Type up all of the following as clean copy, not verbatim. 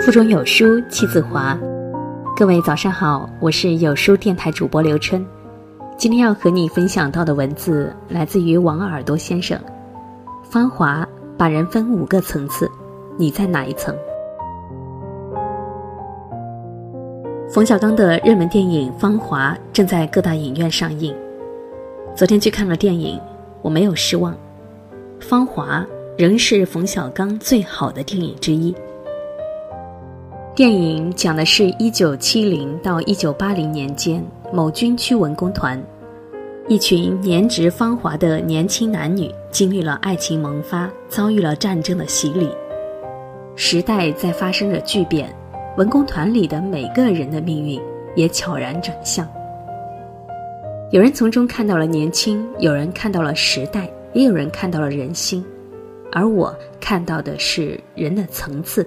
腹中有书气自华。各位早上好，我是有书电台主播刘春。今天要和你分享到的文字来自于王耳朵先生。芳华把人分5个层次，你在哪一层？冯小刚的热门电影《芳华》正在各大影院上映。昨天去看了电影，我没有失望。《芳华》仍是冯小刚最好的电影之一。电影讲的是1970到1980年间某军区文工团，一群年值芳华的年轻男女经历了爱情萌发，遭遇了战争的洗礼。时代在发生着巨变，文工团里的每个人的命运也悄然转向。有人从中看到了年轻，有人看到了时代，也有人看到了人心，而我看到的是人的层次。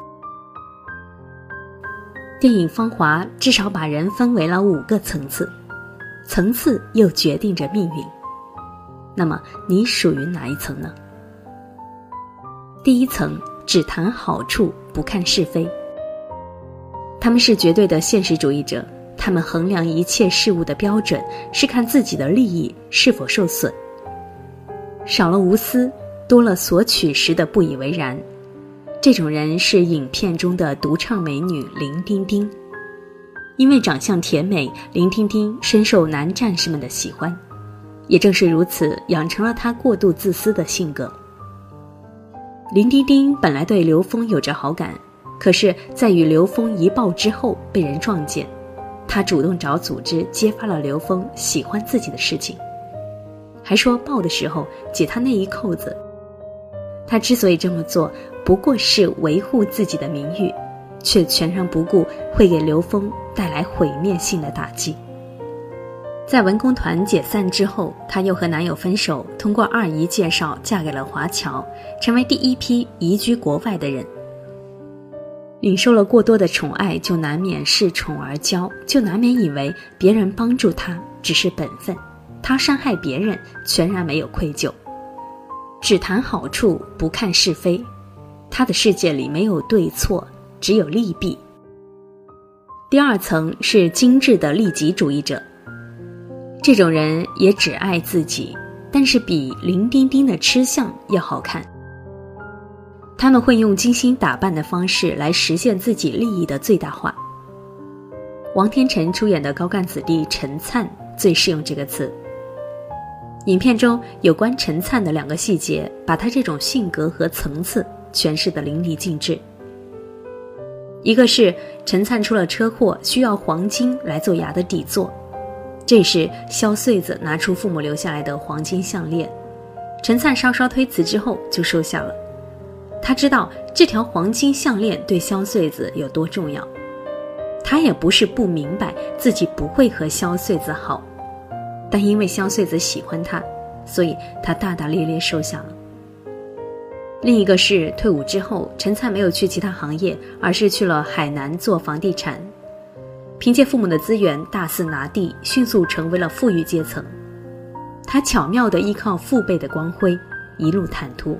电影《芳华》至少把人分为了5个层次，层次又决定着命运。那么你属于哪一层呢？第一层，只谈好处，不看是非。他们是绝对的现实主义者，他们衡量一切事物的标准是看自己的利益是否受损。少了无私，多了索取时的不以为然。这种人是影片中的独唱美女林丁丁。因为长相甜美，林丁丁深受男战士们的喜欢，也正是如此养成了她过度自私的性格。林丁丁本来对刘峰有着好感，可是在与刘峰一抱之后被人撞见，她主动找组织揭发了刘峰喜欢自己的事情，还说抱的时候解他内衣扣子。她之所以这么做，不过是维护自己的名誉，却全然不顾会给刘峰带来毁灭性的打击。在文工团解散之后，她又和男友分手，通过二姨介绍嫁给了华侨，成为第一批移居国外的人。领受了过多的宠爱，就难免恃宠而骄，就难免以为别人帮助她只是本分，她伤害别人全然没有愧疚。只谈好处，不看是非。他的世界里没有对错，只有利弊。第二层是精致的利己主义者，这种人也只爱自己，但是比林丁丁的吃相要好看。他们会用精心打扮的方式来实现自己利益的最大化。王天辰出演的高干子弟陈灿最适用这个词。影片中有关陈灿的2个细节，把他这种性格和层次诠释得淋漓尽致。一个是陈灿出了车祸，需要黄金来做牙的底座，这时肖穗子拿出父母留下来的黄金项链，陈灿稍稍推辞之后就收下了。他知道这条黄金项链对肖穗子有多重要，他也不是不明白自己不会和肖穗子好，但因为肖穗子喜欢他，所以他大大咧咧收下了。另一个是退伍之后，陈灿没有去其他行业，而是去了海南做房地产，凭借父母的资源大肆拿地，迅速成为了富裕阶层。他巧妙地依靠父辈的光辉，一路坦途。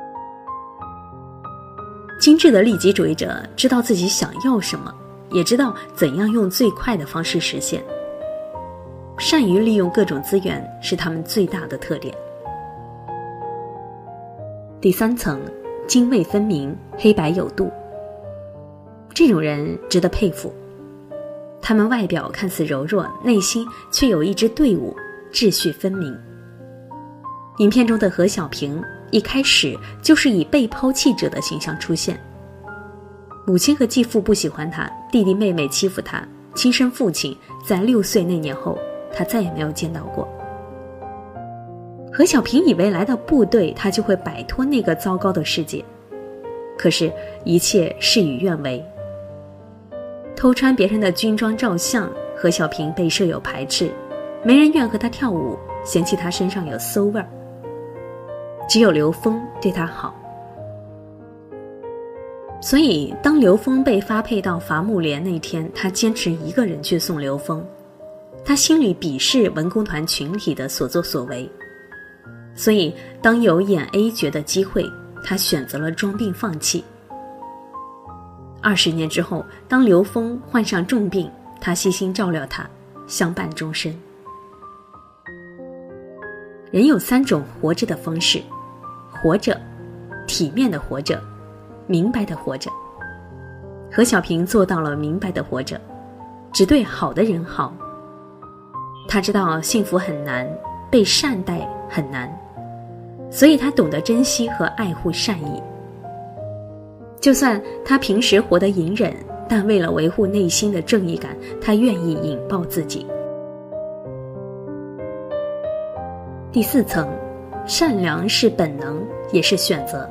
精致的利己主义者知道自己想要什么，也知道怎样用最快的方式实现。善于利用各种资源是他们最大的特点。第3层，泾渭分明，黑白有度。这种人值得佩服，他们外表看似柔弱，内心却有一支队伍，秩序分明。影片中的何小萍一开始就是以被抛弃者的形象出现，母亲和继父不喜欢他，弟弟妹妹欺负他，亲生父亲在6岁那年后他再也没有见到过。何小萍以为来到部队他就会摆脱那个糟糕的世界，可是一切事与愿违。偷穿别人的军装照相，何小萍被舍友排斥，没人愿和他跳舞，嫌弃他身上有馊味儿。只有刘峰对他好。所以当刘峰被发配到伐木连那天，他坚持一个人去送刘峰。他心里鄙视文工团群体的所作所为，所以当有演 A 角的机会，他选择了装病放弃。 20年之后，当刘峰患上重病，他悉心照料他，相伴终身。人有3种活着的方式：活着、体面的活着、明白的活着。何小萍做到了明白的活着，只对好的人好。他知道幸福很难，被善待很难，所以他懂得珍惜和爱护善意。就算他平时活得隐忍，但为了维护内心的正义感，他愿意引爆自己。第4层，善良是本能，也是选择。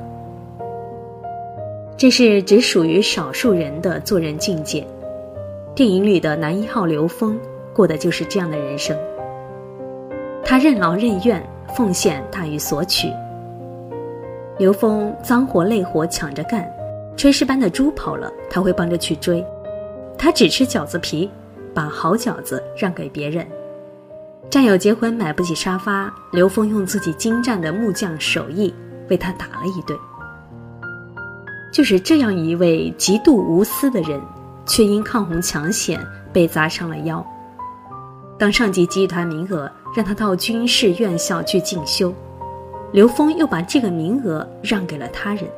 这是只属于少数人的做人境界。电影里的男1号刘峰过的就是这样的人生。他任劳任怨，奉献大于索取。刘峰脏活累活抢着干，炊事班的猪跑了，他会帮着去追。他只吃饺子皮，把好饺子让给别人。战友结婚买不起沙发，刘峰用自己精湛的木匠手艺为他打了一顿。就是这样一位极度无私的人，却因抗洪抢险被砸伤了腰。当上级给予他名额，让他到军事院校去进修，刘峰又把这个名额让给了他人。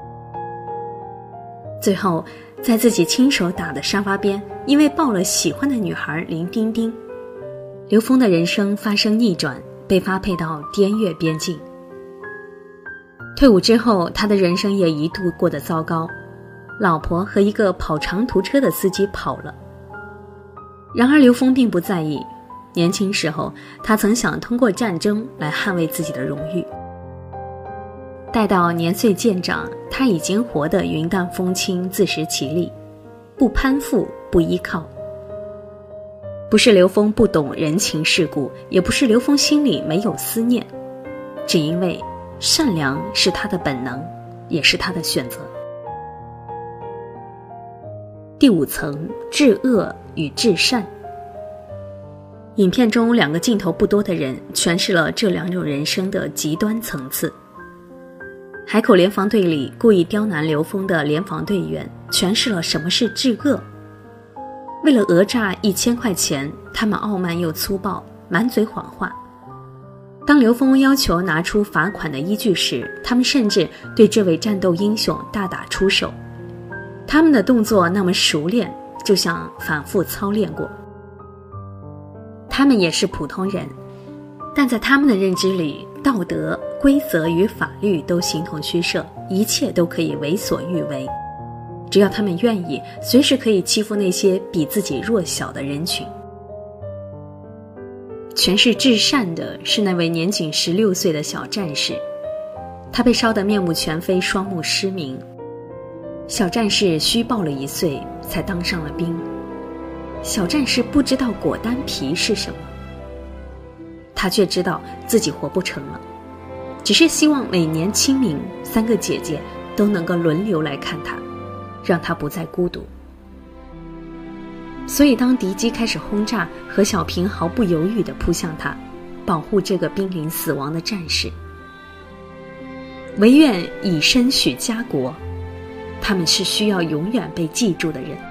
最后在自己亲手打的沙发边，因为抱了喜欢的女孩林丁丁，刘峰的人生发生逆转，被发配到滇越边境。退伍之后，他的人生也一度过得糟糕，老婆和一个跑长途车的司机跑了。然而刘峰并不在意，年轻时候他曾想通过战争来捍卫自己的荣誉。待到年岁渐长，他已经活得云淡风轻，自食其力，不攀附，不依靠。不是刘峰不懂人情世故，也不是刘峰心里没有思念，只因为善良是他的本能，也是他的选择。第5层，至恶与至善。影片中2个镜头不多的人诠释了这2种人生的极端层次。海口联防队里故意刁难刘峰的联防队员诠释了什么是至恶。为了讹诈1000块钱，他们傲慢又粗暴，满嘴谎话。当刘峰要求拿出罚款的依据时，他们甚至对这位战斗英雄大打出手。他们的动作那么熟练，就像反复操练过。他们也是普通人，但在他们的认知里，道德、规则与法律都形同虚设，一切都可以为所欲为。只要他们愿意，随时可以欺负那些比自己弱小的人群。诠释至善的是那位年仅16岁的小战士，他被烧得面目全非，双目失明。小战士虚报了1岁才当上了兵。小战士不知道果丹皮是什么，他却知道自己活不成了，只是希望每年清明3个姐姐都能够轮流来看他，让他不再孤独。所以当敌机开始轰炸，何小萍毫不犹豫地扑向他，保护这个濒临死亡的战士。唯愿以身许家国，他们是需要永远被记住的人。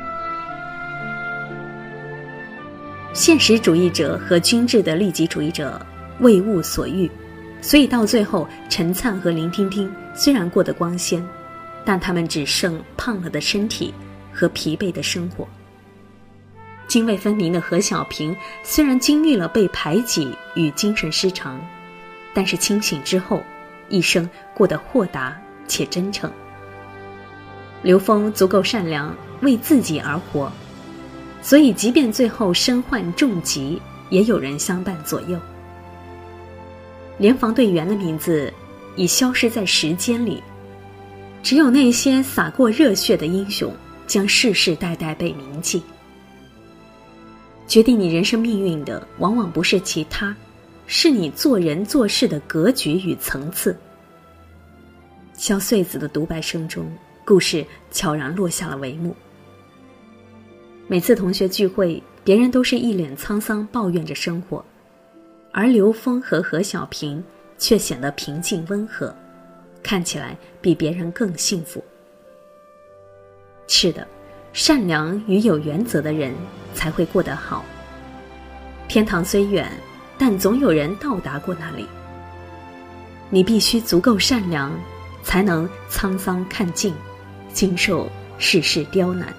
现实主义者和均质的利己主义者为物所欲，所以到最后陈灿和林丁丁虽然过得光鲜，但他们只剩胖了的身体和疲惫的生活。泾渭分明的何小萍虽然经历了被排挤与精神失常，但是清醒之后一生过得豁达且真诚。刘峰足够善良，为自己而活，所以即便最后身患重疾，也有人相伴左右。联防队员的名字已消失在时间里，只有那些洒过热血的英雄将世世代代被铭记。决定你人生命运的往往不是其他，是你做人做事的格局与层次。萧穗子的独白声中，故事悄然落下了帷幕。每次同学聚会，别人都是一脸沧桑抱怨着生活，而刘峰和何小萍却显得平静温和，看起来比别人更幸福。 是的，善良与有原则的人才会过得好。天堂虽远，但总有人到达过那里。你必须足够善良，才能沧桑看尽，经受世事刁难。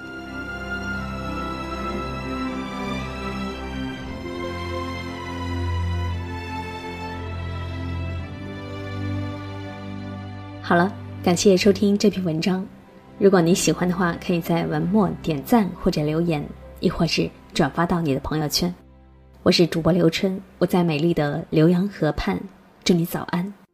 好了，感谢收听这篇文章。如果你喜欢的话，可以在文末点赞或者留言，亦或是转发到你的朋友圈。我是主播刘春，我在美丽的浏阳河畔，祝你早安。